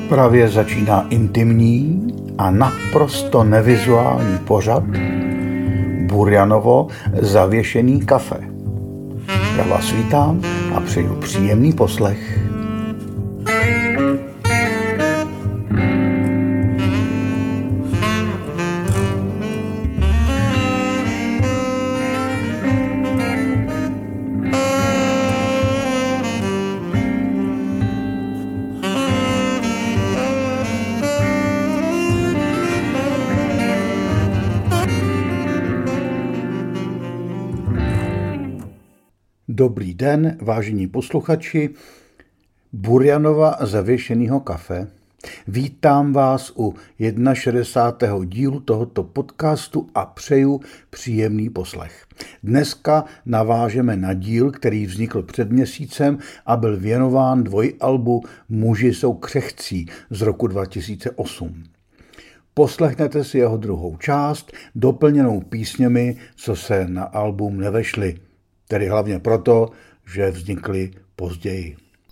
Právě začíná intimní a naprosto nevizuální pořad Burjanovo zavěšený kafe. Já vás vítám a přeju příjemný poslech. Dobrý den, vážení posluchači Burjanova zavěšeného kafe. Vítám vás u 61. dílu tohoto podcastu a přeju příjemný poslech. Dneska navážeme na díl, který vznikl před měsícem a byl věnován dvojalbu Muži jsou křehcí z roku 2008. Poslechnete si jeho druhou část, doplněnou písněmi, co se na album nevešly. Tedy hlavně proto, že vznikly později.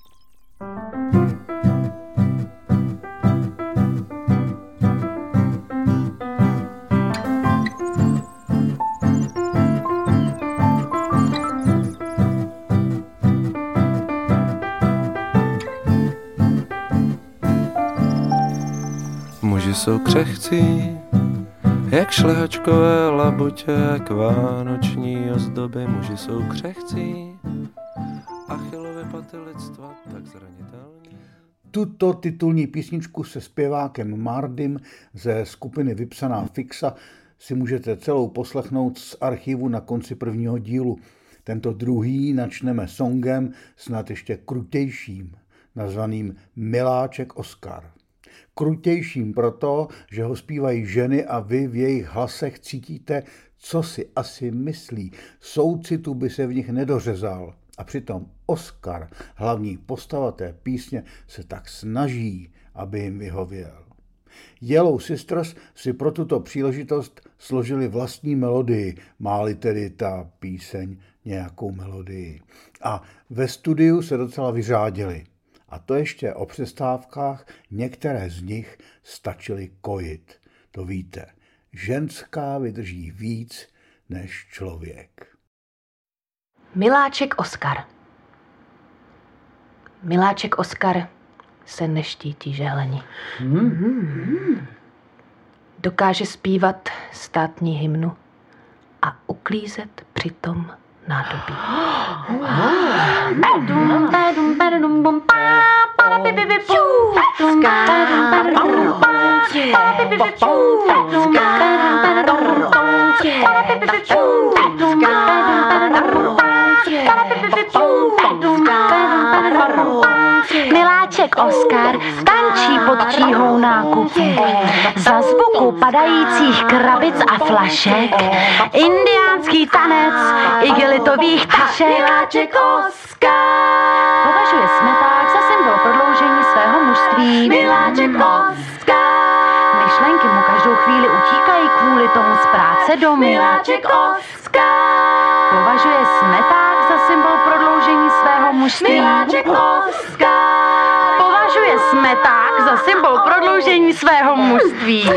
Muži jsou křehcí, jak šlehačkové labutě, jak vánoční ozdoby. Muži jsou křehcí, Achillovy paty lidstva tak zranitelní. Tuto titulní písničku se zpěvákem Mardym ze skupiny Vypsaná fixa si můžete celou poslechnout z archivu na konci prvního dílu. Tento druhý načneme songem snad ještě krutějším, nazvaným Miláček Oskar. Krutějším proto, že ho zpívají ženy a vy v jejich hlasech cítíte, co si asi myslí. Soucitu by se v nich nedořezal. A přitom Oskar, hlavní postava té písně, se tak snaží, aby jim vyhověl. Yellow Sisters si pro tuto příležitost složili vlastní melodii, má-li tedy ta píseň nějakou melodii. A ve studiu se docela vyřádili. A to ještě o přestávkách některé z nich stačily kojit. To víte, ženská vydrží víc než člověk. Miláček Oskar. Miláček Oskar se neštítí žehleni. Dokáže zpívat státní hymnu a uklízet přitom nádobí. Miláček Oskar tančí pod tíhou nákupu. Za zvuku padajících krabic a flašek indiánský tanec igelitových tašek. Miláček Oskar považuje smeták za symbol prodloužení svého mužství. Miláček Oskar myšlenky mu každou chvíli utíkají kvůli tomu z práce domů. Miláček Oskar považuje smeták za symbol prodloužení svého mužství. Miláček Oskar považuje smeták za symbol prodloužení svého mužství.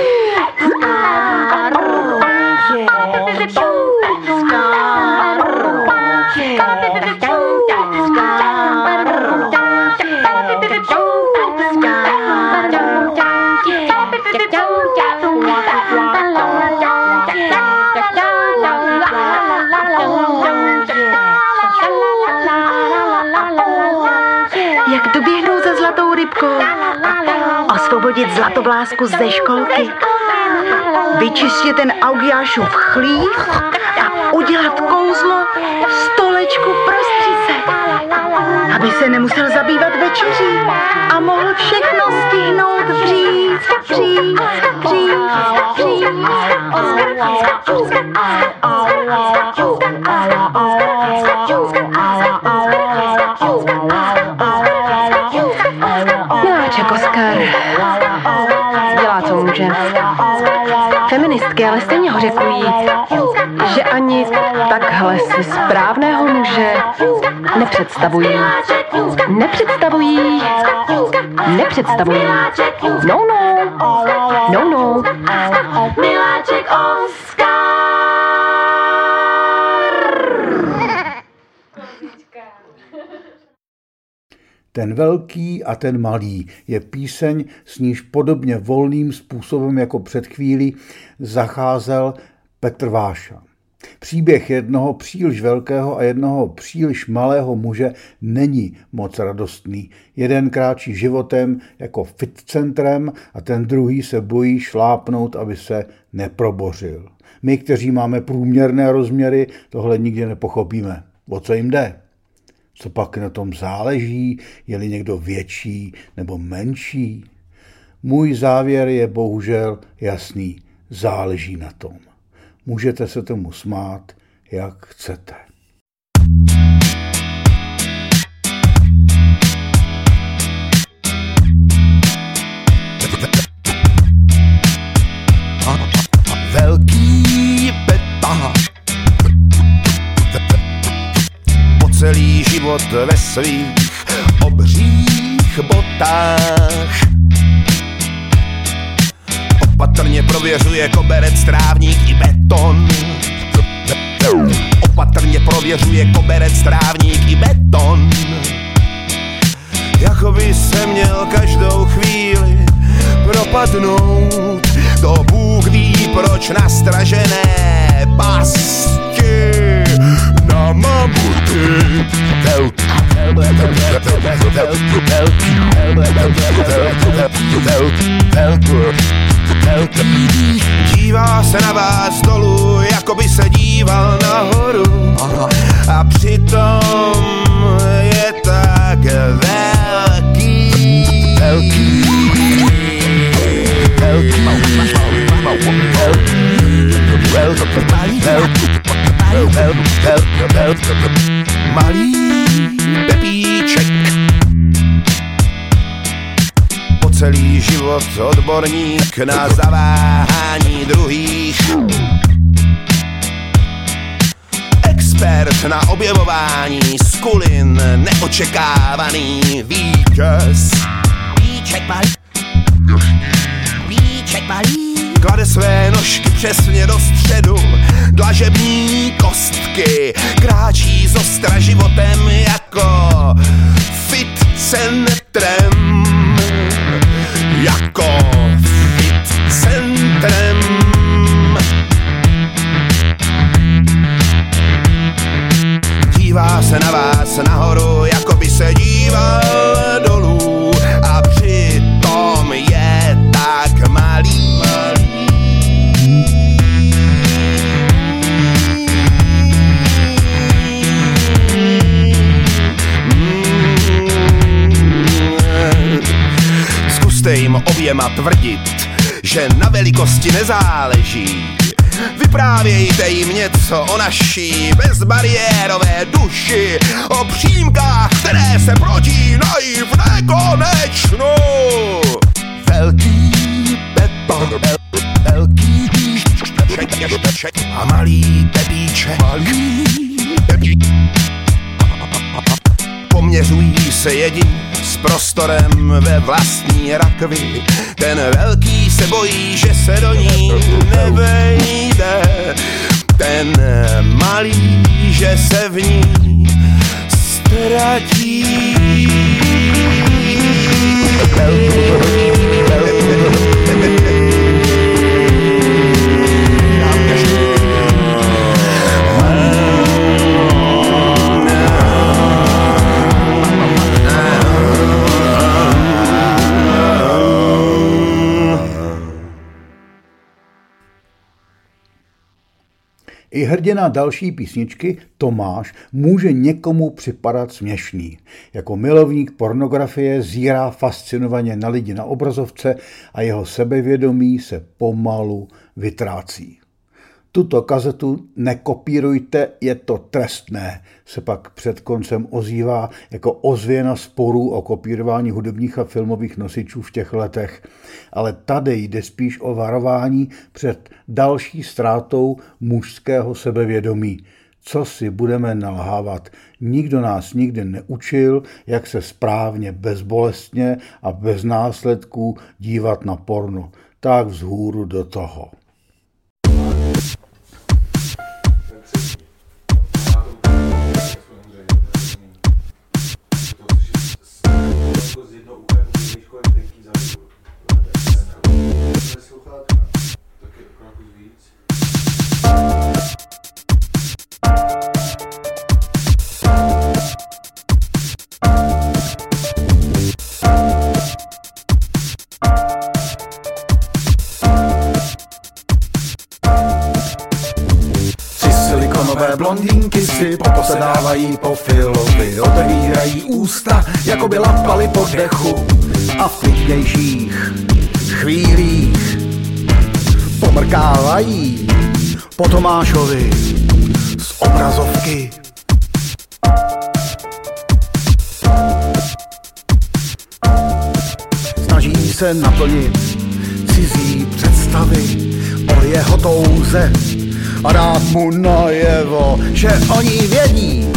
Jak doběhnou za zlatou rybkou, osvobodit zlatoblásku ze školky, vyčistit ten Augiášův chlív a udělat kouzlo stolečku pro stříce, aby se nemusel zabývat večeří a mohl všechno stihnout vříc. Miláček Oskar dělá, co může. Feministky ale stejně ho řekují, že ani tak Takhle si správného muže nepředstavují. Nepředstavují. Nepředstavují. No, no. No, no. Miláček Oskar. Ten velký a ten malý je píseň, s níž podobně volným způsobem jako před chvílí zacházel Petr Váša. Příběh jednoho příliš velkého a jednoho příliš malého muže není moc radostný. Jeden kráčí životem jako fitcentrem a ten druhý se bojí šlápnout, aby se neprobořil. My, kteří máme průměrné rozměry, tohle nikdy nepochopíme. O co jim jde? Co pak na tom záleží, je-li někdo větší nebo menší? Můj závěr je bohužel jasný. Záleží na tom. Můžete se tomu smát, jak chcete. Velký Pepa po celý život ve svých obřích botách opatrně prověřuje koberec, trávník i beton. Opatrně prověřuje koberec, trávník i beton. Jakoby se měl každou chvíli propadnout do Bůh ví proč nastražené pasti na mamuty. Dívá se na vás dolů, jako by se díval nahoru. A přitom je tak velký. Malý Pepíček po celý život odborník na zaváhání druhých, expert na objevování skulin, neočekávaný vítěz. Víček malý, víček malý, klade své nožky přesně do středu dlažební kostky, kráčí z ostra životem jako fit centrem, jako fit centrem. Dívá se na vás nahoru, jako by se díval dolů a přitom je tak malý. Zkuste jim oběma tvrdit, že na velikosti nezáleží. Vyprávějte jim něco o naší bezbariérové duši, o přímkách, které se protínají v nekonečnu. Velký Pepa, velký Pepíček a malý Pepíček. Poměřují se jedině s prostorem ve vlastní rakvi. Ten velký se bojí, že se do ní nevejde. Ten malý, že se v ní ztratí. I hrdina další písničky, Tomáš, může někomu připadat směšný. Jako milovník pornografie zírá fascinovaně na lidi na obrazovce a jeho sebevědomí se pomalu vytrácí. Tuto kazetu nekopírujte, je to trestné, se pak před koncem ozývá jako ozvěna sporů o kopírování hudebních a filmových nosičů v těch letech. Ale tady jde spíš o varování před další ztrátou mužského sebevědomí. Co si budeme nalhávat? Nikdo nás nikdy neučil, jak se správně, bezbolestně a bez následků dívat na porno. Tak vzhůru do toho. Blondýnky si poposedávají po filovi, otevírají ústa, jako by lapali po dechu. A v klidnějších chvílích pomrkávají po Tomášovi z obrazovky. Snaží se naplnit cizí představy o jeho touze a dát mu najevo, že oni vědí.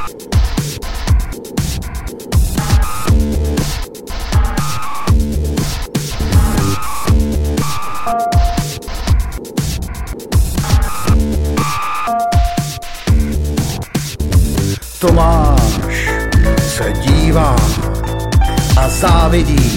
Tomáš se dívá a závidí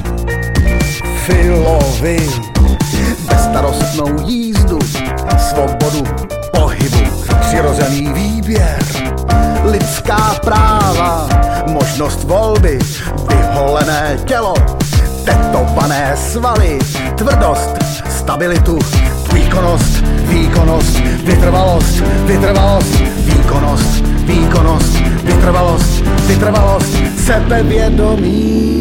Filovi bezstarostnou jízdu, svobodu pohybu, přirozený výběr, lidská práva, možnost volby, vyholené tělo, tetované svaly, tvrdost, stabilitu, výkonnost, výkonnost, vytrvalost, vytrvalost, výkonnost, výkonnost, vytrvalost, vytrvalost, sebevědomí.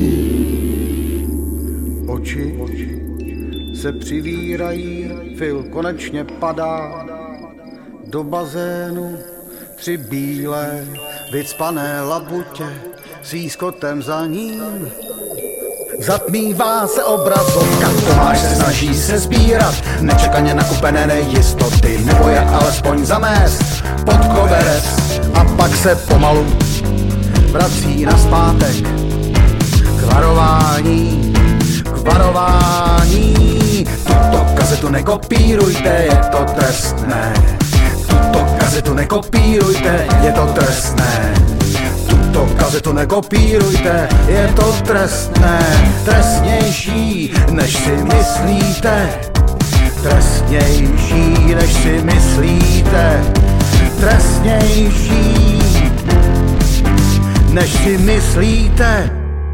Oči se přivírají, Phil konečně padá do bazénu. 3 bílé, vycpané labutě s jískotem za ním. Zatmívá se obrazovka, Tomáš se snaží se sbírat nečekaně nakupené nejistoty, nebo je alespoň zamést pod koberec a pak se pomalu vrací nazpátek k varování, k varování. Tuto kazetu nekopírujte, je to trestné. Tuto kazetu nekopírujte, je to trestné. Tuto kazetu nekopírujte, je to trestné. Trestnější, než si myslíte. Trestnější, než si myslíte. Trestnější, než si myslíte.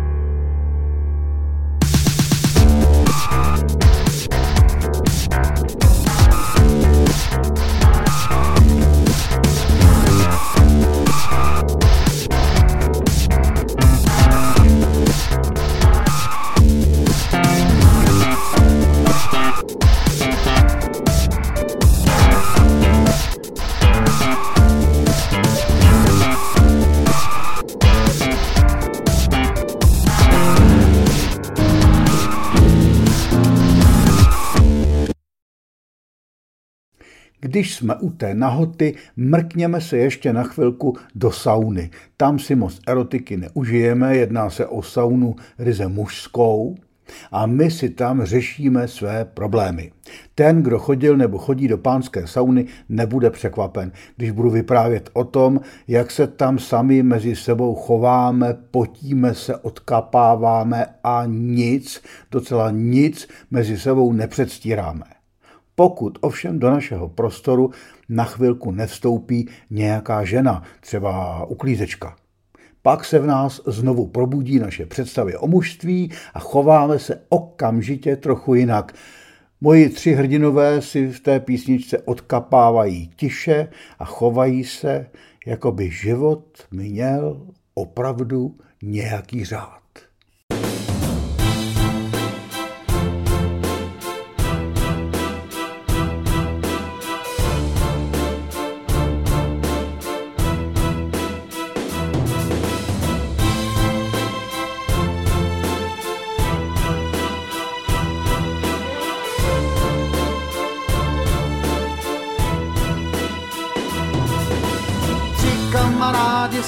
Když jsme u té nahoty, mrkněme se ještě na chvilku do sauny. Tam si moc erotiky neužijeme, jedná se o saunu ryze mužskou a my si tam řešíme své problémy. Ten, kdo chodil nebo chodí do pánské sauny, nebude překvapen, když budu vyprávět o tom, jak se tam sami mezi sebou chováme, potíme se, odkapáváme a nic, docela nic mezi sebou nepředstíráme. Pokud ovšem do našeho prostoru na chvilku nevstoupí nějaká žena, třeba uklízečka. Pak se v nás znovu probudí naše představy o mužství a chováme se okamžitě trochu jinak. Moji 3 hrdinové si v té písničce odkapávají tiše a chovají se, jako by život měl opravdu nějaký řád.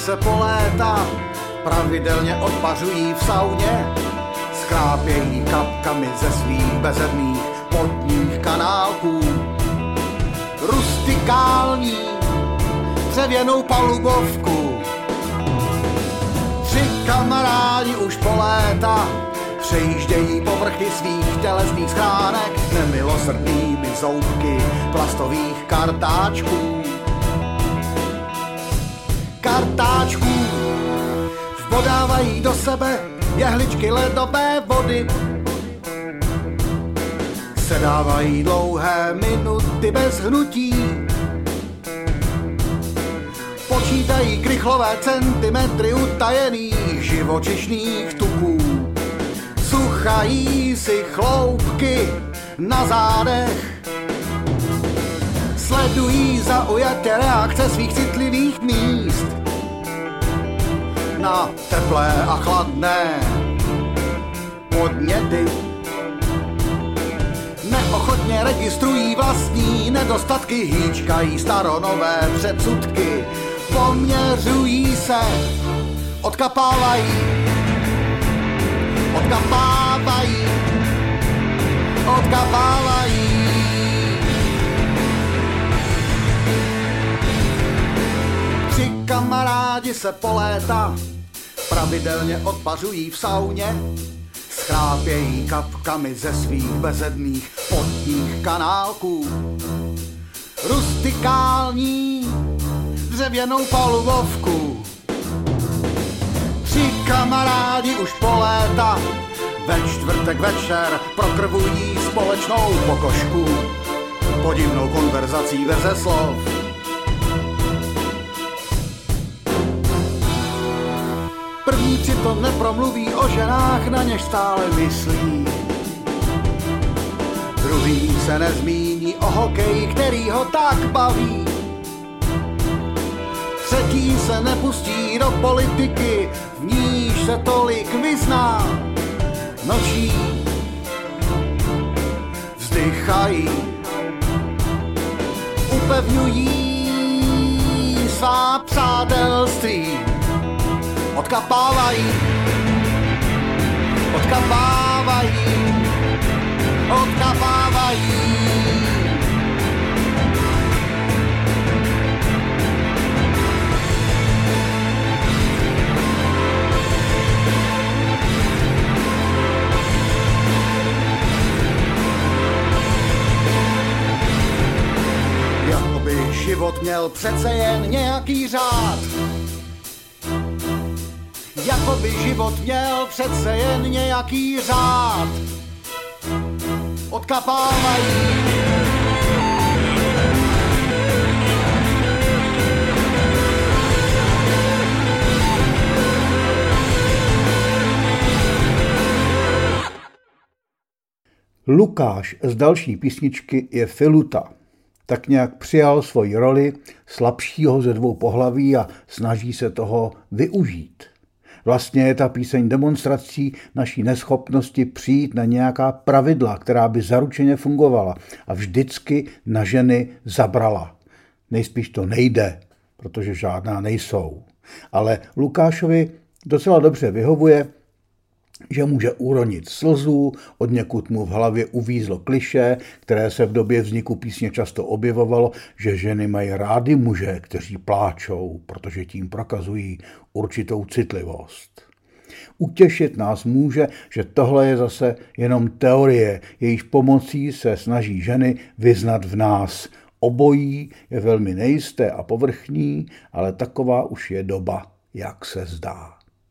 se po léta pravidelně odpařují v sauně, skrápějí kapkami ze svých bezedných potních kanálků. Rustikální dřevěnou palubovku. 3 kamarádi už po léta přejíždějí povrchy svých tělesných schránek nemilosrdnými zoubky plastových kartáčků. Vbodávají do sebe jehličky ledové vody. Sedávají dlouhé minuty bez hnutí. Počítají krychlové centimetry utajených živočišných tuků. Suchají si chloupky na zádech. Sledují zaujatě reakce svých citlivých míst na teplé a chladné podněty. Neochotně registrují vlastní nedostatky, hýčkají staronové předsudky, poměřují se, odkapávají. Tři kamarádi se po léta pravidelně odpařují v sauně, schrápějí kapkami ze svých bezedných potních kanálků. Rustikální dřevěnou palubovku. 3 kamarádi už po léta ve čtvrtek večer prokrvují společnou pokožku podivnou konverzací verze slov. První přitom nepromluví o ženách, na něž stále myslí. Druhý se nezmíní o hokeji, který ho tak baví. Třetí se nepustí do politiky, v níž se tolik vyzná. Nočí vzdychají, upevňují svá přátelství. Odkapávají. Jakoby život měl přece jen nějaký řád. Jakoby život měl přece jen nějaký řád. Odkapávají. Lukáš z další písničky je Filuta. Tak nějak přijal svoji roli slabšího ze 2 pohlaví a snaží se toho využít. Vlastně je ta píseň demonstrací naší neschopnosti přijít na nějaká pravidla, která by zaručeně fungovala a vždycky na ženy zabrala. Nejspíš to nejde, protože žádná nejsou. Ale Lukášovi docela dobře vyhovuje, že může uronit slzu, odněkud mu v hlavě uvízlo klišé, které se v době vzniku písně často objevovalo, že ženy mají rády muže, kteří pláčou, protože tím prokazují určitou citlivost. Utěšit nás může, že tohle je zase jenom teorie, jejíž pomocí se snaží ženy vyznat v nás. Obojí je velmi nejisté a povrchní, ale taková už je doba, jak se zdá.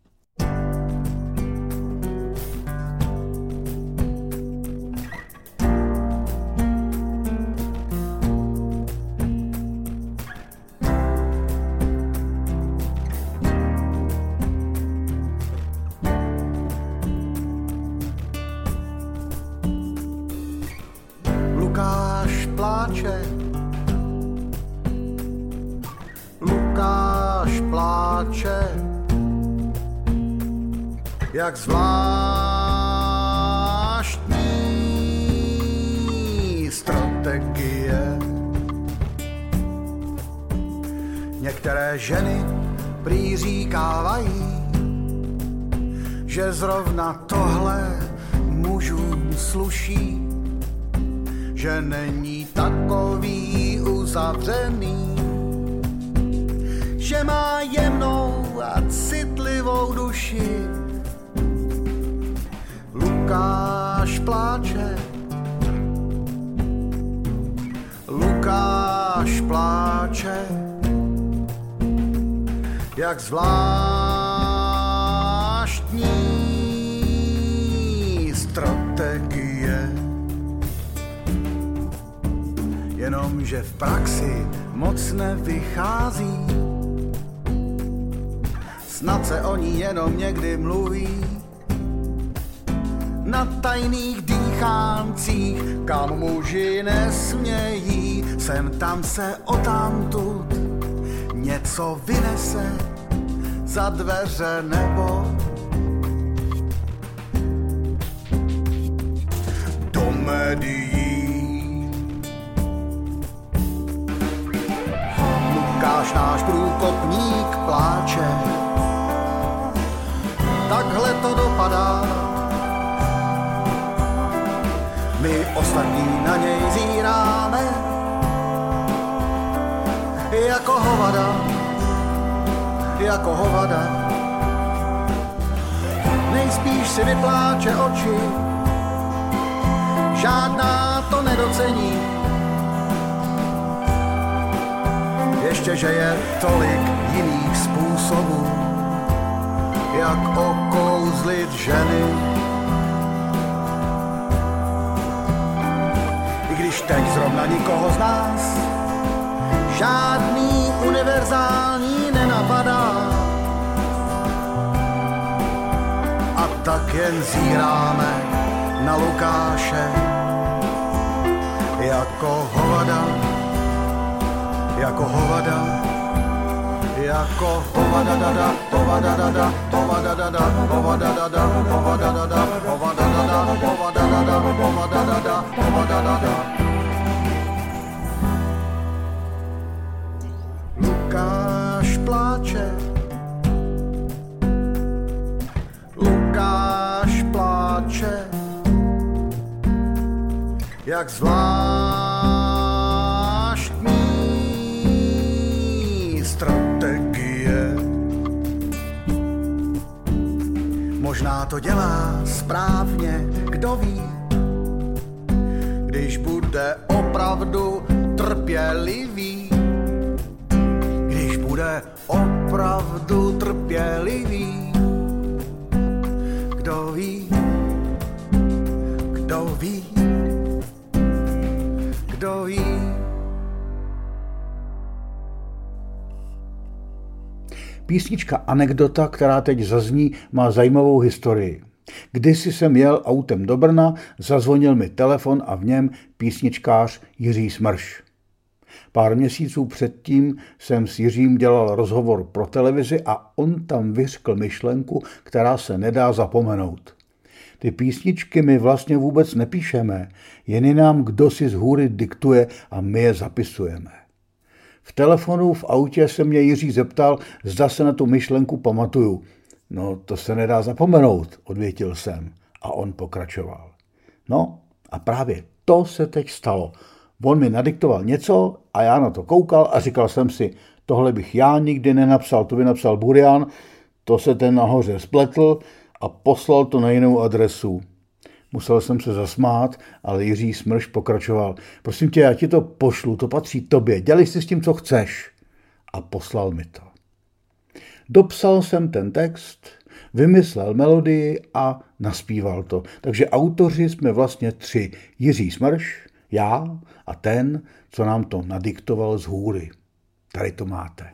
Lukáš pláče, jak zvláštní strategie. Některé ženy prý říkávají, že zrovna tohle mužům sluší, že není takový uzavřený, že má jemnou a citlivou duši. Lukáš pláče, Lukáš pláče, jak zvláštní strategie. Jenomže v praxi moc nevychází, snad se o ní jenom někdy mluví. Na tajných dýcháncích, kam muži nesmějí, sem tam se odtamtud něco vynese za dveře nebo do médií. Lukáš, náš průkopník, pláče, takhle to dopadá. My ostatní na něj zíráme jako hovada, jako hovada. Nejspíš si vypláče oči, žádná to nedocení. Ještě, že je tolik jiných způsobů, jak okouzlit ženy. I když teď zrovna nikoho z nás žádný univerzální nenapadá, a tak jen zíráme na Lukáše jako hovada, jako hovada, jako hovada dada, hovada dada, hovada dada, hovada dada, hovada dada, hovada dada, hovada dada, hovada dada, hovada dada. Lukáš pláče, Lukáš pláče, jak zvláštní strategie. Možná to dělá správně, kdo ví, když bude opravdu trpělivý. Když bude opravdu trpělivý, kdo ví, kdo ví, kdo ví. Písnička Anekdota, která teď zazní, má zajímavou historii. Kdysi jsem jel autem do Brna, zazvonil mi telefon a v něm písničkář Jiří Smrš. Pár měsíců předtím jsem s Jiřím dělal rozhovor pro televizi a on tam vyřkl myšlenku, která se nedá zapomenout. Ty písničky my vlastně vůbec nepíšeme, jen nám kdo si z hůry diktuje a my je zapisujeme. V telefonu v autě se mě Jiří zeptal, zda se na tu myšlenku pamatuju. No, to se nedá zapomenout, odvětil jsem. A on pokračoval. No, a právě to se teď stalo. On mi nadiktoval něco a já na to koukal a říkal jsem si, tohle bych já nikdy nenapsal, to by napsal Burian, to se ten nahoře spletl a poslal to na jinou adresu. Musel jsem se zasmát, ale Jiří Smrš pokračoval. Prosím tě, já ti to pošlu, to patří tobě, dělej si s tím, co chceš. A poslal mi to. Dopsal jsem ten text, vymyslel melodii a naspíval to. Takže autoři jsme vlastně 3. Jiří Smrš, já a ten, co nám to nadiktoval z hůry. Tady to máte.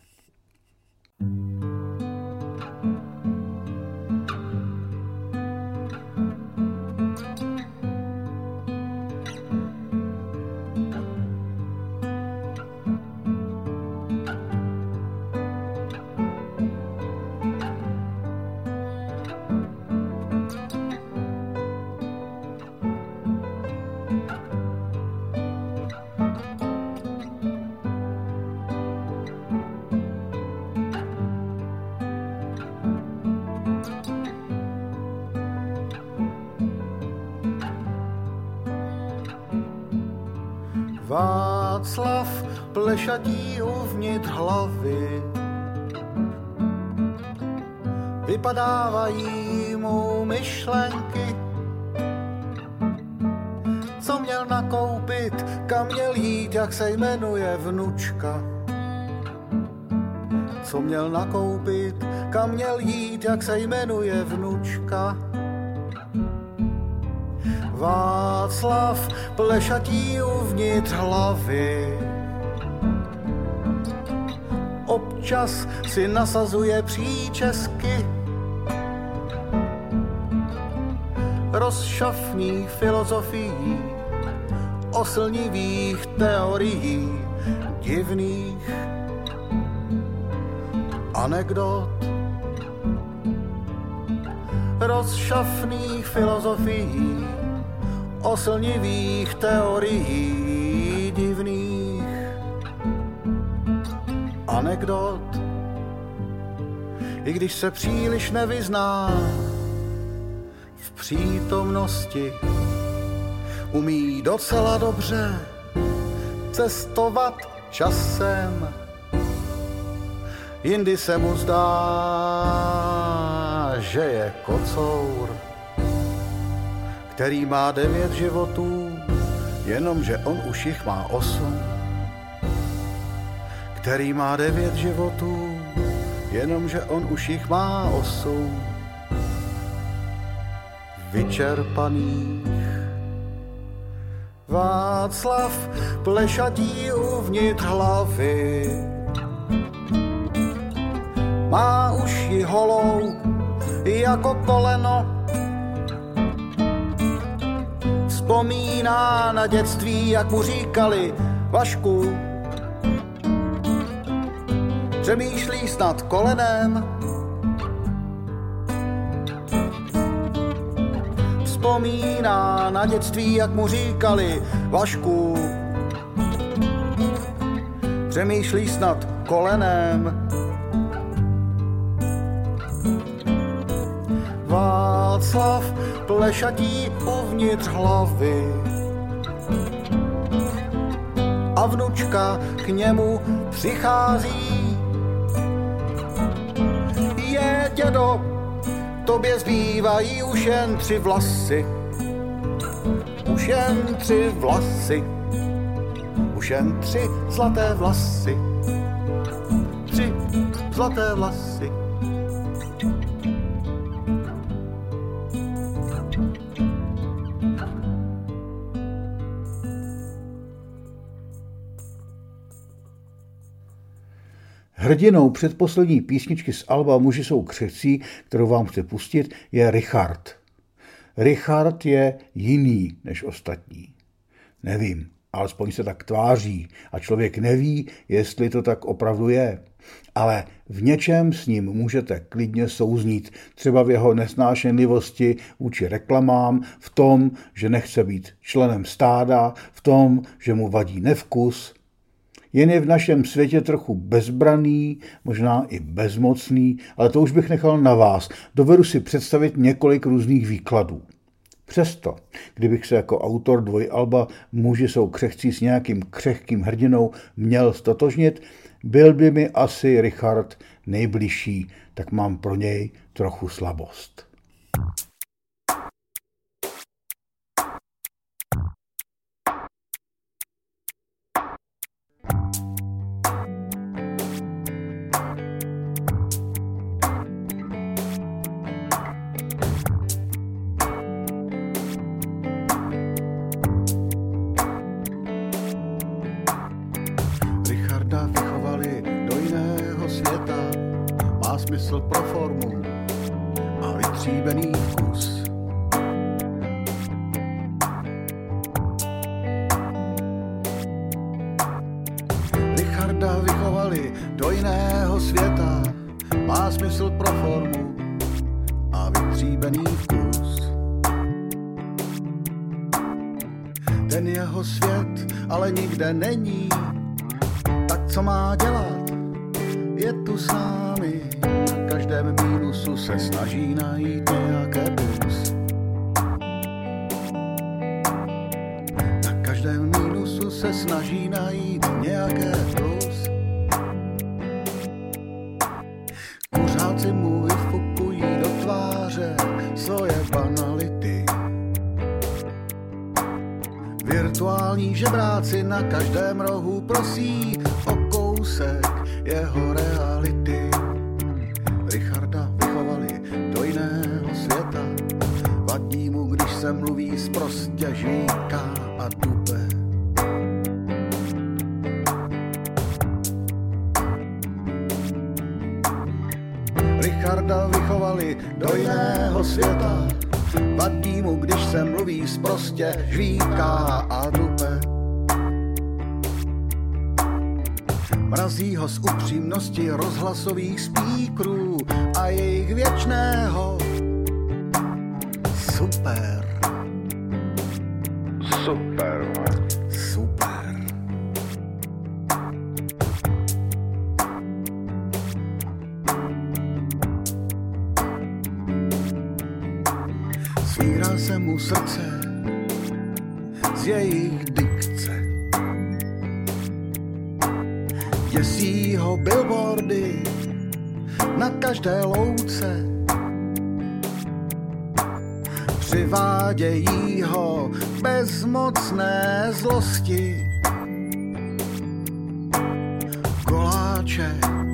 Václav plešatí uvnitř hlavy, vypadávají mu myšlenky, co měl nakoupit, kam měl jít, jak se jmenuje vnučka. Co měl nakoupit, kam měl jít, jak se jmenuje vnučka. Václav plešatí uvnitř hlavy, občas si nasazuje příčesky, rozšafných filozofií, oslnivých teorií, divných anekdot, rozšafných filozofií, oslnivých teorií, divných anekdot. I když se příliš nevyzná v přítomnosti, umí docela dobře cestovat časem. Jindy se mu zdá, že je kocour, který má 9 životů, jenomže on už jich má 8. Který má 9 životů, jenomže on už jich má 8. Vyčerpaných. Václav plešatí uvnitř hlavy, má uši holou jako koleno, vzpomíná na dětství, jak mu říkali Vašku, přemýšlí snad kolenem. Vzpomíná na dětství, jak mu říkali Vašku, přemýšlí snad kolenem. Václav plešatí uvnitř hlavy a vnučka k němu přichází. Je, dědo, tobě zbývají už jen 3 vlasy, už jen 3 vlasy, už jen 3 zlaté vlasy, 3 zlaté vlasy. Hrdinou předposlední písničky z alba Muži jsou křehcí, kterou vám chci pustit, je Richard. Richard je jiný než ostatní. Nevím, alespoň se tak tváří a člověk neví, jestli to tak opravdu je. Ale v něčem s ním můžete klidně souznít, třeba v jeho nesnášenlivosti vůči reklamám, v tom, že nechce být členem stáda, v tom, že mu vadí nevkus. Jen je v našem světě trochu bezbraný, možná i bezmocný, ale to už bych nechal na vás. Dovedu si představit několik různých výkladů. Přesto, kdybych se jako autor dvojalba Muži jsou křehcí s nějakým křehkým hrdinou měl stotožnit, byl by mi asi Richard nejbližší, tak mám pro něj trochu slabost. Smysl pro formu a vytříbený vkus. Richarda vychovali do jiného světa, má smysl pro formu a vytříbený vkus. Ten jeho svět ale nikde není, tak co má dělat? Je tu s námi, na každém mínusu se snaží najít nějaké plus. Na každém mínusu se snaží najít nějaké plus. Kuřáci mu vyfukují do tváře svoje banality. Virtuální žebráci na každém rohu prosí o kousek jeho reality. Richarda vychovali do jiného světa, vadí mu, když se mluví sprostě, žíká a dupe. Richarda vychovali do jiného světa, vadí mu, když se mluví sprostě, žvíká a dupe. Mrazí ho z upřímnosti rozhlasových spíkrů a jejich věčného super. Super. Super. Svírá se mu srdce z jejich dikce. Děsí ho billboardy na každé louce. Přivádějí ho bezmocné zlosti. Koláče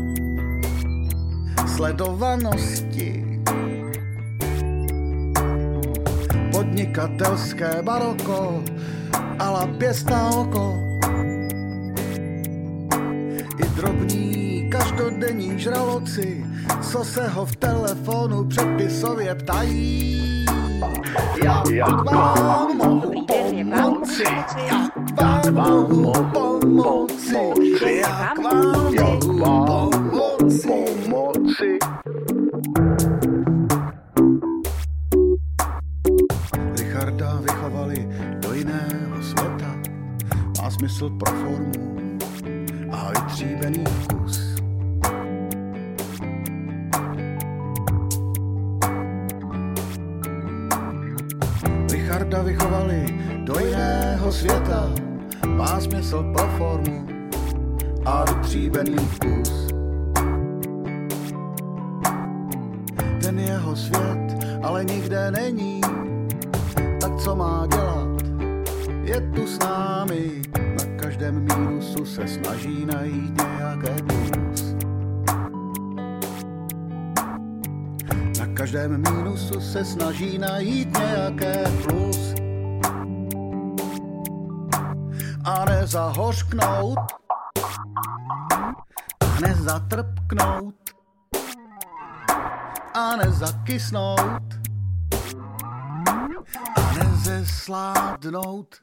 sledovanosti. Podnikatelské baroko a la pěst na oko. I drobní každodenní žraloci, co se ho v telefonu předpisově ptají. Jak vám mohu pomoci? Jak vám mohu pomoci? Jak vám mohu pomoci? Richarda vychovali do jiného světa, má smysl pro formu a vytříbený vkus. Richarda vychovali do jiného světa, má smysl pro formu a vytříbený vkus. Ten jeho svět ale nikde není, tak co má dělat? Je tu s námi, na každém mínusu se snaží najít nějaké plus. Na každém mínusu se snaží najít nějaké plus. A nezahořknout, a nezatrpknout, a nezakysnout, a nezesládnout.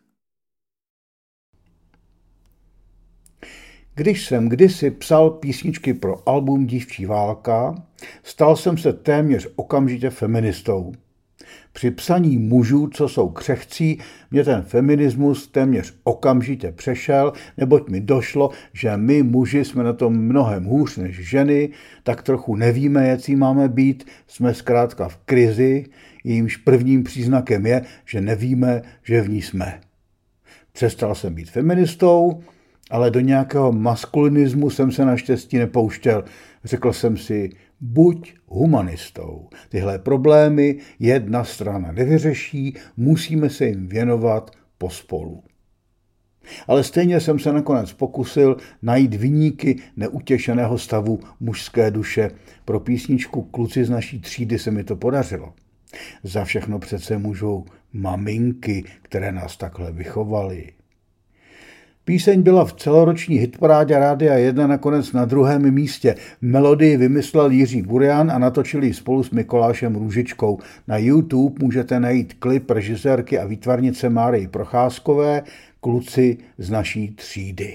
Když jsem kdysi psal písničky pro album Dívčí válka, stal jsem se téměř okamžitě feministou. Při psaní mužů, co jsou křehcí, mě ten feminismus téměř okamžitě přešel, neboť mi došlo, že my muži jsme na tom mnohem hůř než ženy, tak trochu nevíme, jaký máme být, jsme zkrátka v krizi, jejímž prvním příznakem je, že nevíme, že v ní jsme. Přestal jsem být feministou, ale do nějakého maskulinismu jsem se naštěstí nepouštěl. Řekl jsem si, buď humanistou. Tyhle problémy jedna strana nevyřeší, musíme se jim věnovat pospolu. Ale stejně jsem se nakonec pokusil najít viníky neutěšeného stavu mužské duše. Pro písničku Kluci z naší třídy se mi to podařilo. Za všechno přece můžou maminky, které nás takhle vychovaly. Píseň byla v celoroční hitparádě Rádia 1 nakonec na 2. místě. Melodii vymyslel Jiří Burian a natočili ji spolu s Mikolášem Růžičkou. Na YouTube můžete najít klip režisérky a výtvarnice Márii Procházkové Kluci z naší třídy.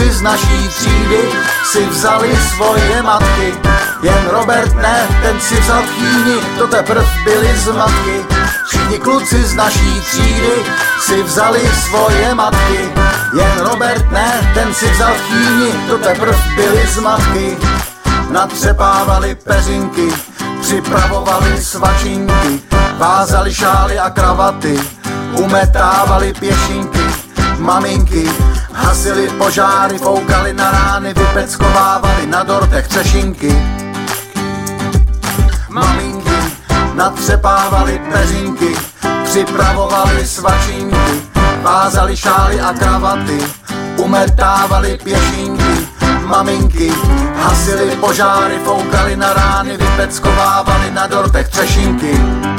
kluci z naší třídy si vzali svoje matky. Jen Robert ne, ten si vzal chýni, to teprv byli zmatky. Všichni kluci z naší třídy si vzali svoje matky. Jen Robert ne, ten si vzal chýni, to teprv byli zmatky. Natřepávali peřinky, připravovali svačinky, vázali šály a kravaty, umetávali pěšinky. Maminky hasili požáry, foukali na rány, vypeckovávali na dortech třešinky. Maminky natřepávali peřinky, připravovali svačinky, vázali šály a kravaty, umetávali pěšinky. Maminky hasili požáry, foukali na rány, vypeckovávali na dortech třešinky.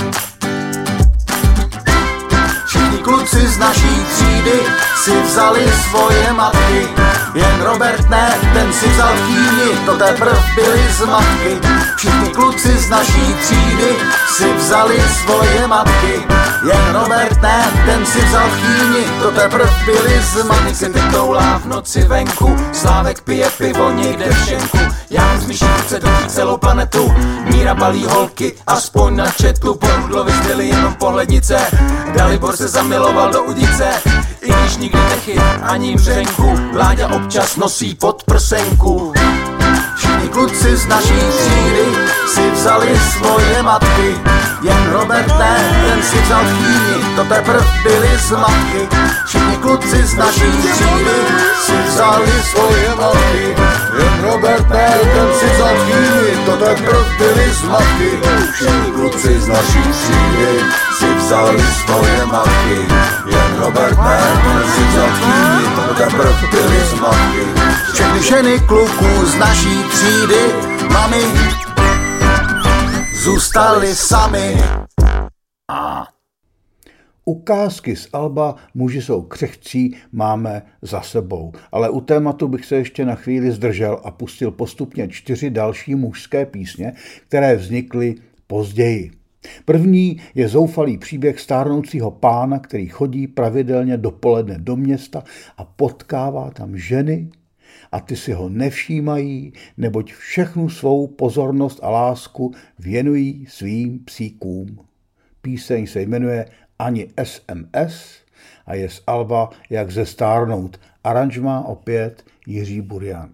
Všichni kluci z naší třídy si vzali svoje matky. Jen Robert ne, ten si vzal chýni, to teprv byli zmatky. Všichni kluci z naší třídy si vzali svoje matky. Jen Robert ne, ten si vzal chýni, to teprv byli zmatky. Si vytoulá v noci venku, Slávek pije pivo někde v šenku. Já z myší ruce drží celou planetu, Míra balí holky, aspoň na četu. Po Rudlovi zbyly jenom pohlednice, Dalibor se zamiloval do udice. I když nikdy nechyt ani mřenku, Láďa občas nosí podprsenku. Všichni kluci z naší třídy si vzali svoje matky. Jen Robert ne, ten si vzal chýni, to teprv byli zmatky. Všichni kluci z naší třídy si vzali svoje matky. Jen Robert ne, ten si vzal chýni, to teprv byli zmatky. Všichni kluci z naší třídy si vzali svoje matky. Jen Robert ne, ten si vzal chýni, to teprv byli zmatky. Všechny ženy kluků z naší třídy, mami, zůstali sami. Ukázky z alba Muži jsou křehcí máme za sebou, ale u tématu bych se ještě na chvíli zdržel a pustil postupně 4 další mužské písně, které vznikly později. První je zoufalý příběh stárnoucího pána, který chodí pravidelně dopoledne do města a potkává tam ženy, a ty si ho nevšímají, neboť všechnu svou pozornost a lásku věnují svým psíkům. Píseň se jmenuje Ani SMS a je z alba Jak zestárnout. Aranžmá opět Jiří Burian.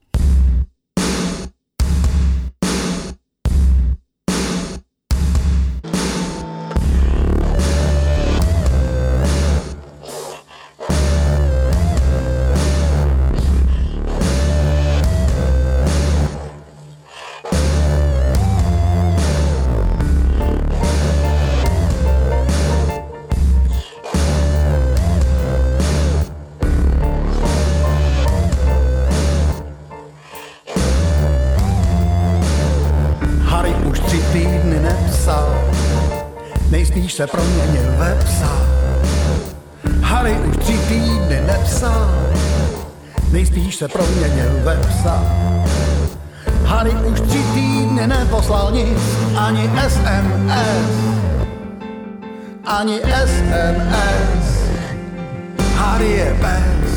Nejspíš se proměnil ve psa. Harry už 3 týdny nepsal, nejspíš se proměnil ve psa. Harry už 3 týdny neposlal nic, ani SMS. Ani SMS. Harry je pes.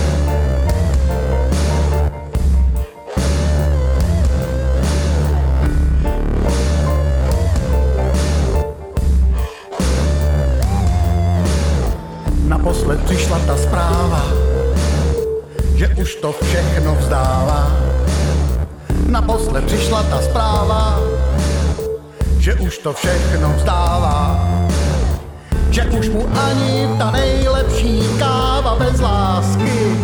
Naposled přišla ta zpráva, že už to všechno vzdává. Naposled přišla ta zpráva, že už to všechno vzdává. Že už mu ani ta nejlepší káva bez lásky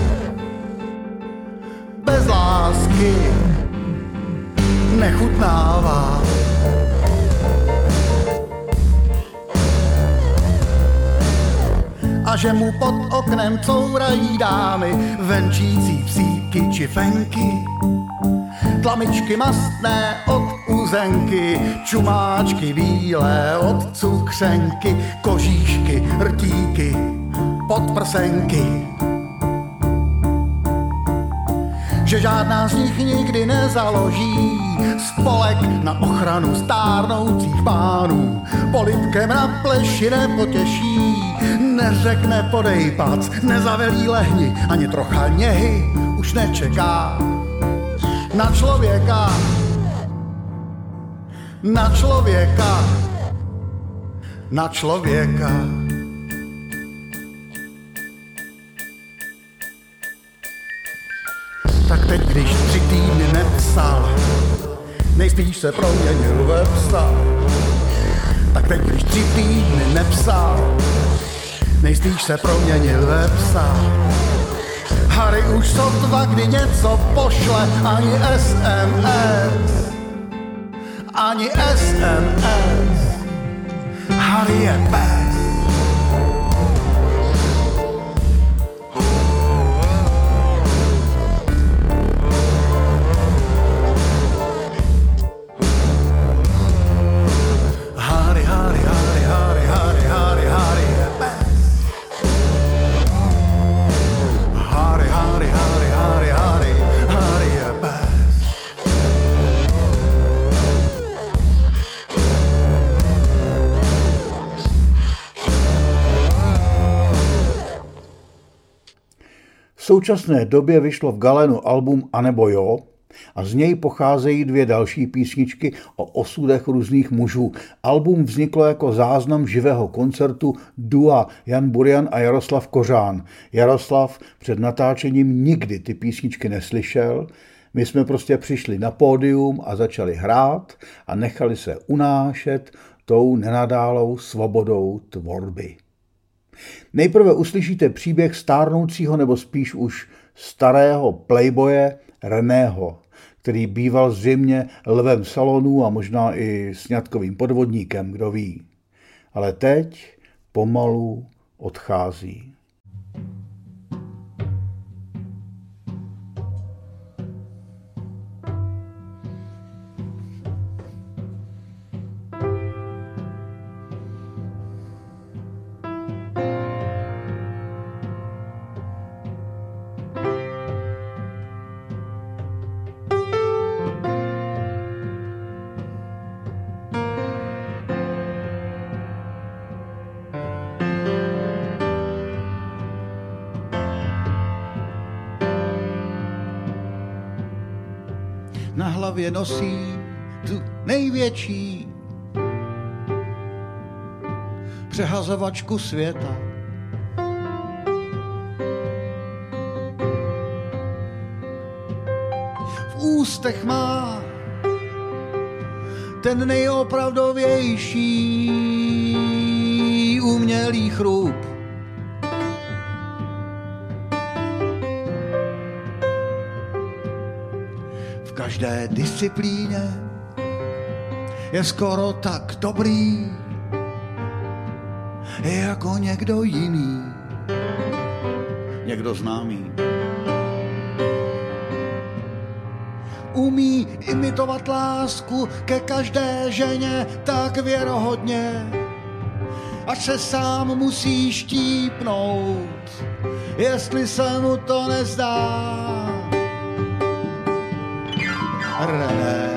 nechutnává. A že mu pod oknem courají dámy, venčící psíky či fenky. Tlamičky mastné od uzenky, čumáčky bílé od cukřenky, kožíšky, rtíky, podprsenky. Že žádná z nich nikdy nezaloží spolek na ochranu stárnoucích pánů. Polibkem na pleši nepotěší, neřekne podej pac, nezavelí lehni, ani trocha něhy už nečeká na člověka, na člověka, na člověka. Tak teď, když 3 týdny nepsal, nejspíš se proměnil ve psa. Tak teď, když 3 týdny nepsal, nejspíš se proměnil ve psa. Harry už sotva kdy něco pošle, ani SMS, ani SMS. Harry je pes. V současné době vyšlo v Galenu album Anebo jo a z něj pocházejí 2 další písničky o osudech různých mužů. Album vzniklo jako záznam živého koncertu dua Jan Burian a Jaroslav Kořán. Jaroslav před natáčením nikdy ty písničky neslyšel, my jsme prostě přišli na pódium a začali hrát a nechali se unášet tou nenadálou svobodou tvorby. Nejprve uslyšíte příběh stárnoucího nebo spíš už starého playboye Reného, který býval zřejmě lvem salonů a možná i sňatkovým podvodníkem, kdo ví. Ale teď pomalu odchází. Na hlavě nosí tu největší přehazovačku světa. V ústech má ten nejopravdovější umělý chrup. V každé disciplíně je skoro tak dobrý jako někdo jiný, někdo známý. Umí imitovat lásku ke každé ženě tak věrohodně, až se sám musí štípnout, jestli se mu to nezdá. René.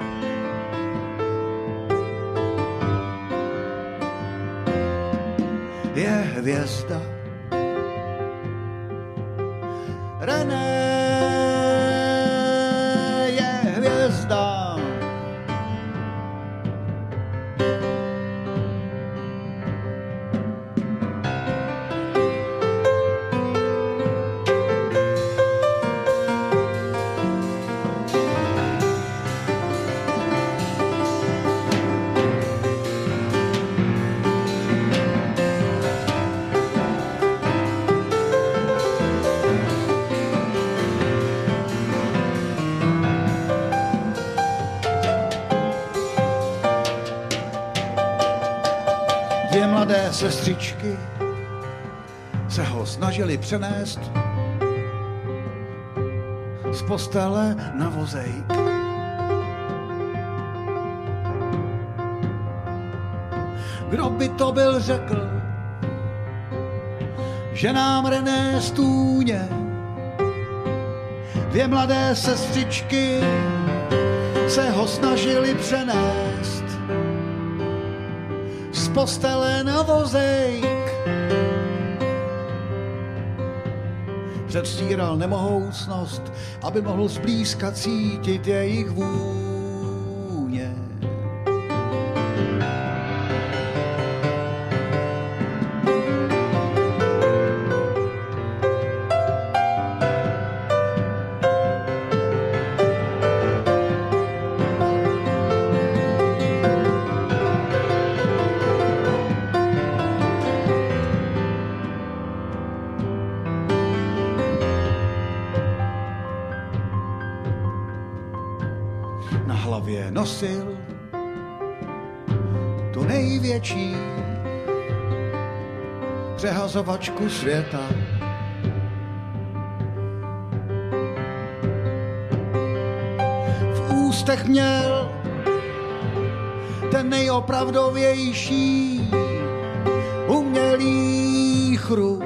Je hvězda. René je hvězda. Dvě mladé sestřičky se ho snažili přenést z postele na vozejk. Kdo by to byl řekl, že nám René stůně. Dvě mladé sestřičky se ho snažili přenést z postele na vozejk. předstíral nemohoucnost, aby mohl zblízka cítit jejich vůně. Na hlavě nosil tu největší přehazovačku světa. V ústech měl ten nejopravdovější umělý chrup.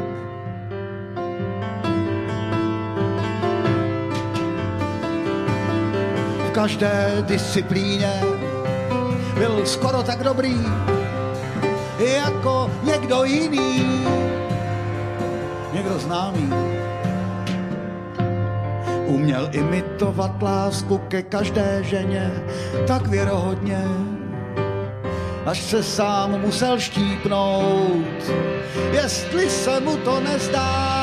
V každé disciplíně byl skoro tak dobrý jako někdo jiný, někdo známý. Uměl imitovat lásku ke každé ženě tak věrohodně, až se sám musel štípnout, jestli se mu to nezdá.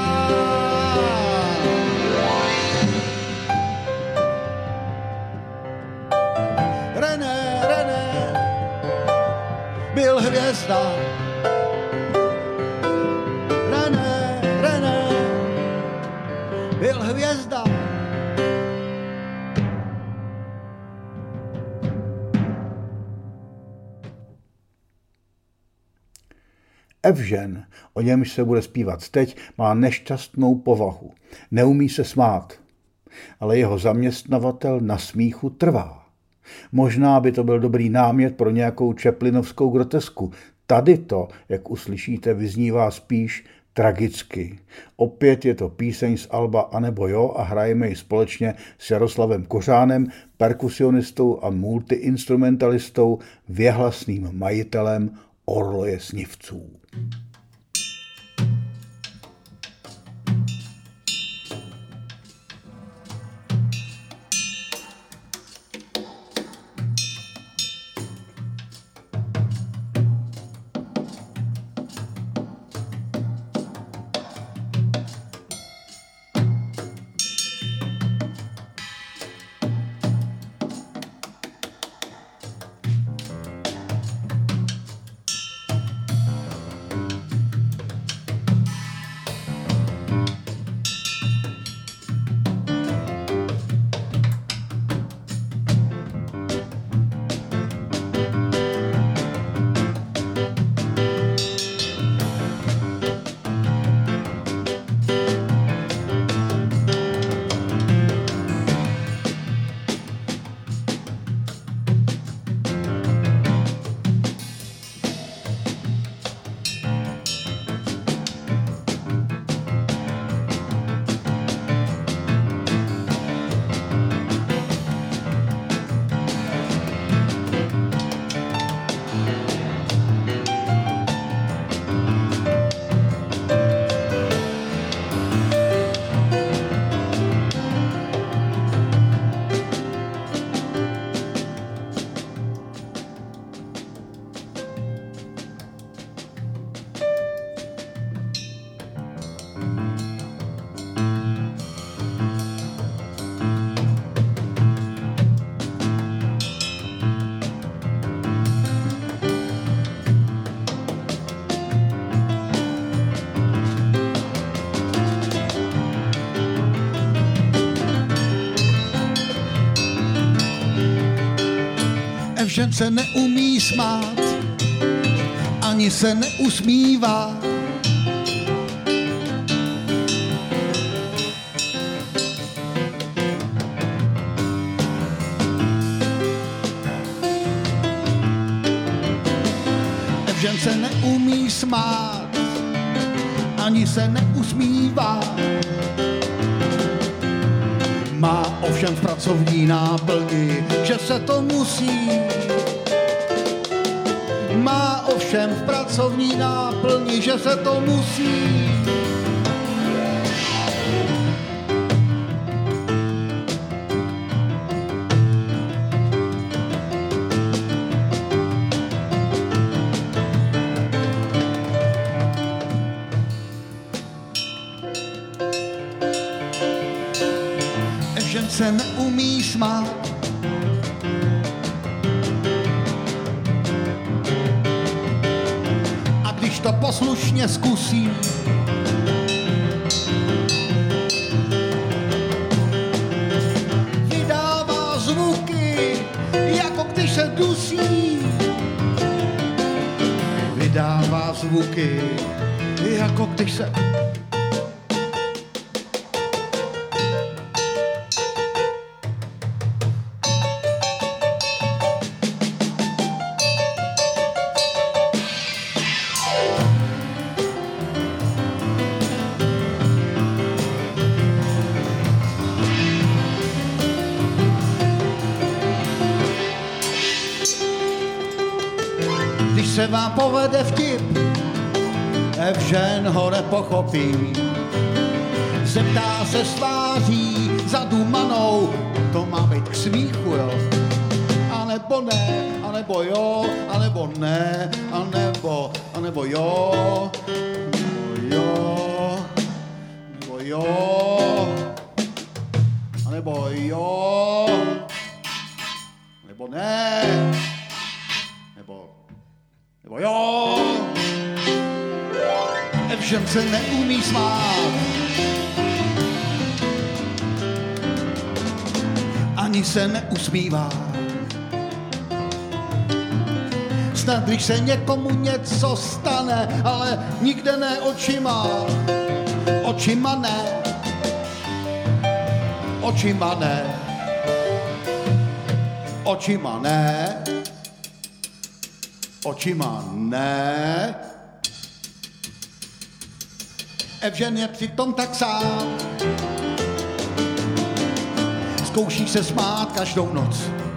René byl hvězda. René byl hvězda. Evžen, o němž se bude zpívat teď, má nešťastnou povahu. Neumí se smát, ale jeho zaměstnavatel na smíchu trvá. Možná by to byl dobrý námět pro nějakou čeplinovskou grotesku. Tady to, jak uslyšíte, vyznívá spíš tragicky. Opět je to píseň z alba Anebo jo a hrajeme ji společně s Jaroslavem Kořánem, perkusionistou a multiinstrumentalistou, věhlasným majitelem Orloje snivců. Evžen se neumí smát, ani se neusmívá. Evžen se neumí smát, ani se neusmívá. Má ovšem v pracovní náplni, že se to musí. Má ovšem v pracovní náplni, že se to musí. se neumí smát. A když to poslušně zkusí, vydává zvuky, jako když se dusí. Vydává zvuky, jako když se... Když se vám povede vtip, Evžen ho nepochopí. Zeptá se s tváří zadumanou, to má být k smíchu, jo? A nebo ne, a nebo jo, a nebo ne, a nebo jo, nebo jo, a nebo jo, nebo ne, nebo jo. Evžen se neumí smát, ani se neusmívá. Snad když se někomu něco stane, ale nikde ne očima. Očima ne, očima ne, očima ne, očima ne. Evžen je přitom tak sám, zkouší se smát každou noc.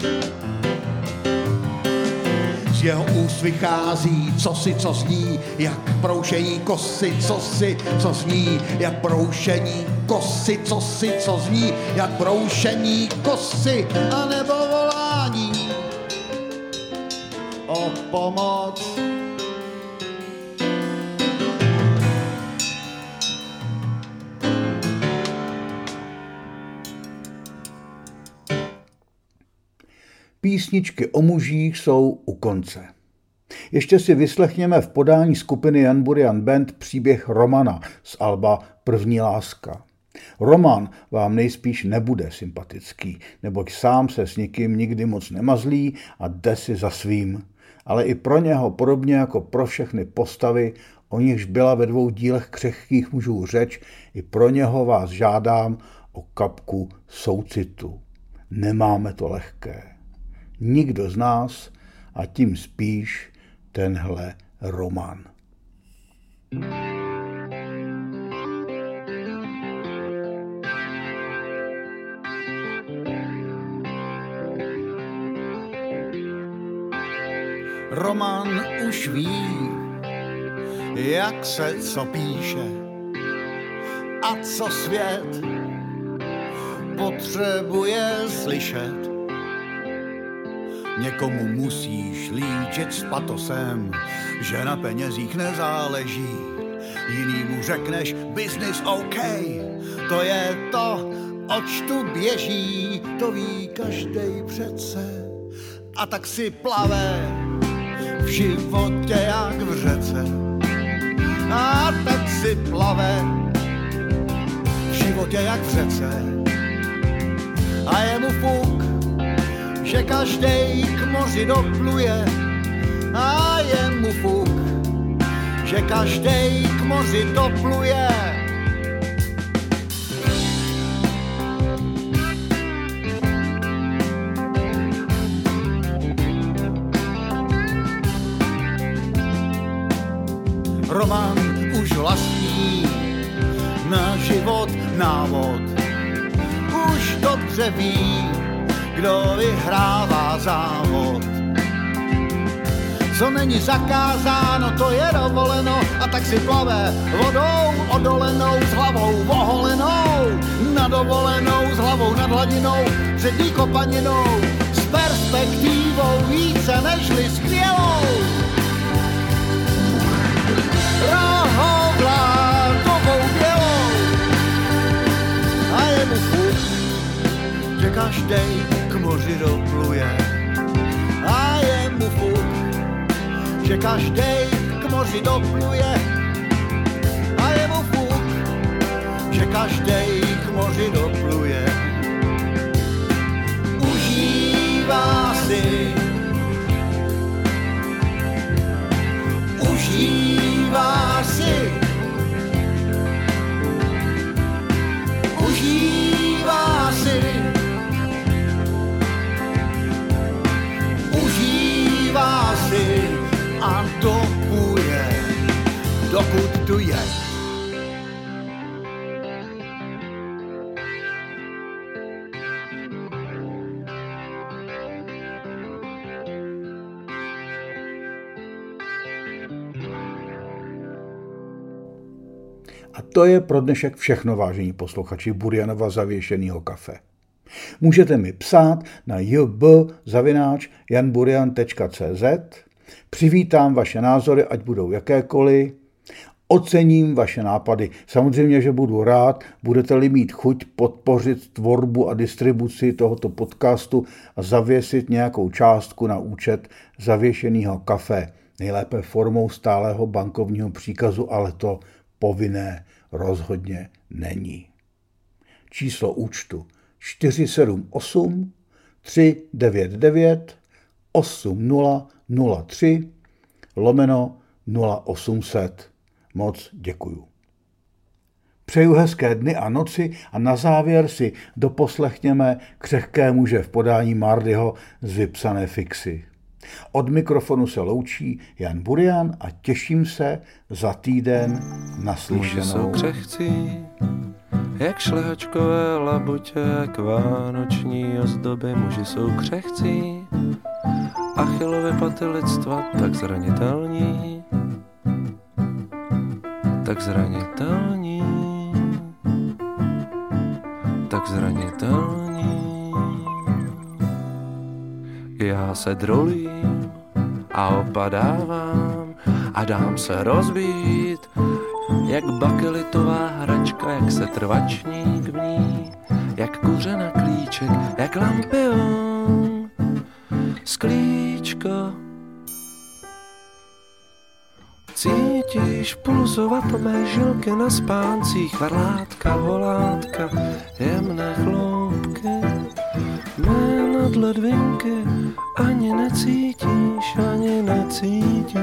Z jeho úst vychází cosi, co zní, jak proušení kosy, cosi, co zní, jak proušení kosy, cosi, co zní, jak proušení kosy, anebo volání o pomoc. Písničky o mužích jsou u konce. Ještě si vyslechněme v podání skupiny Jan Burian Band příběh Romana z alba První láska. Roman vám nejspíš nebude sympatický, neboť sám se s nikým nikdy moc nemazlí a jde si za svým. Ale i pro něho, podobně jako pro všechny postavy, o nichž byla ve 2 dílech Křehkých mužů řeč, i pro něho vás žádám o kapku soucitu. Nemáme to lehké. Nikdo z nás a tím spíš tenhle Roman. Roman už ví, jak se co píše a co svět potřebuje slyšet. Někomu musíš líčit s patosem, že na penězích nezáleží. Jinýmu řekneš business OK, to je to, oč tu běží, to ví každej přece. A tak si plave v životě jak v řece. A tak si plave v životě jak v řece. A je mu fuk, že každej k moři dopluje. A je mu fuk, že každej k moři dopluje. Roman už vlastní na život návod. Už dobře ví, kdo vyhrává závod. Co není zakázáno, to je dovoleno, a tak si plave vodou odolenou, s hlavou oholenou, na dovolenou, s hlavou nad hladinou, přední kopaninou, s perspektivou více nežli skvělou. Rohovlátovou bělou. A je mu fuk, každej k moři dopluje. A je mu fuk, že každej k moři dopluje. A je mu fuk, že každej k moři dopluje. Užívá si, užívá si, užívá si, užívá si a dopuje, dokud tu je. A to je pro dnešek všechno, vážení posluchači Burjanova zavěšenýho kafe. Můžete mi psát na jb@janburjan.cz, přivítám vaše názory, ať budou jakékoliv, ocením vaše nápady. Samozřejmě, že budu rád, budete-li mít chuť podpořit tvorbu a distribuci tohoto podcastu a zavěsit nějakou částku na účet zavěšenýho kafe, nejlépe formou stálého bankovního příkazu, ale to povinné rozhodně není. Číslo účtu 478 399 8003 /0800. Moc děkuju. Přeju hezké dny a noci a na závěr si doposlechněme křehké muže v podání Mardyho z vypsané Fixy. Od mikrofonu se loučí Jan Burjan a těším se za týden naslyšenou. Muži jsou křehcí, jak šlehačkové labutě, jak vánoční ozdoby. Muži jsou křehcí, Achillovy paty lidstva, tak zranitelní, tak zranitelní, tak zranitelní. Já se drolím a opadávám a dám se rozbít, jak bakelitová hračka, jak se trvačník v ní, jak kuře na klíček, jak lampion, sklíčko. Cítíš pulzovat mé žilky na spáncích, varlátka, holátka, jemné chloupky, mé nadledvinky, ani necítíš, ani necítíš.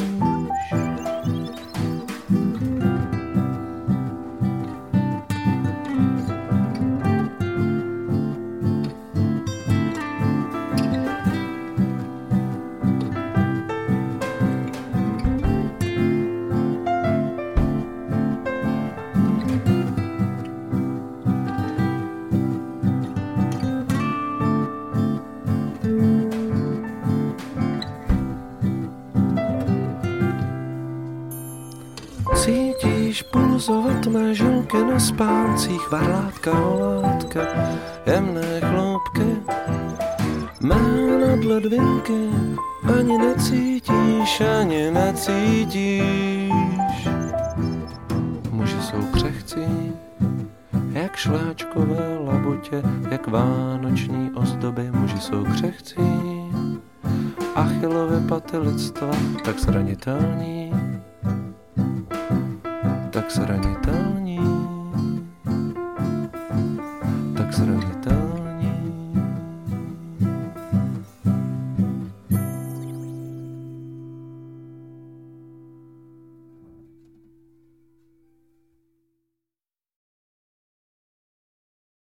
Cítíš pulzovat mé žilky na spáncích, varlátka, holátka, jemné chloupky, mé nadledvinky, ani necítíš, ani necítíš. Muži jsou křehcí, jak šlehačkové labutě, jak vánoční ozdoby. Muži jsou křehcí, Achillovy paty lidstva, tak zranitelní, tak zranitelní.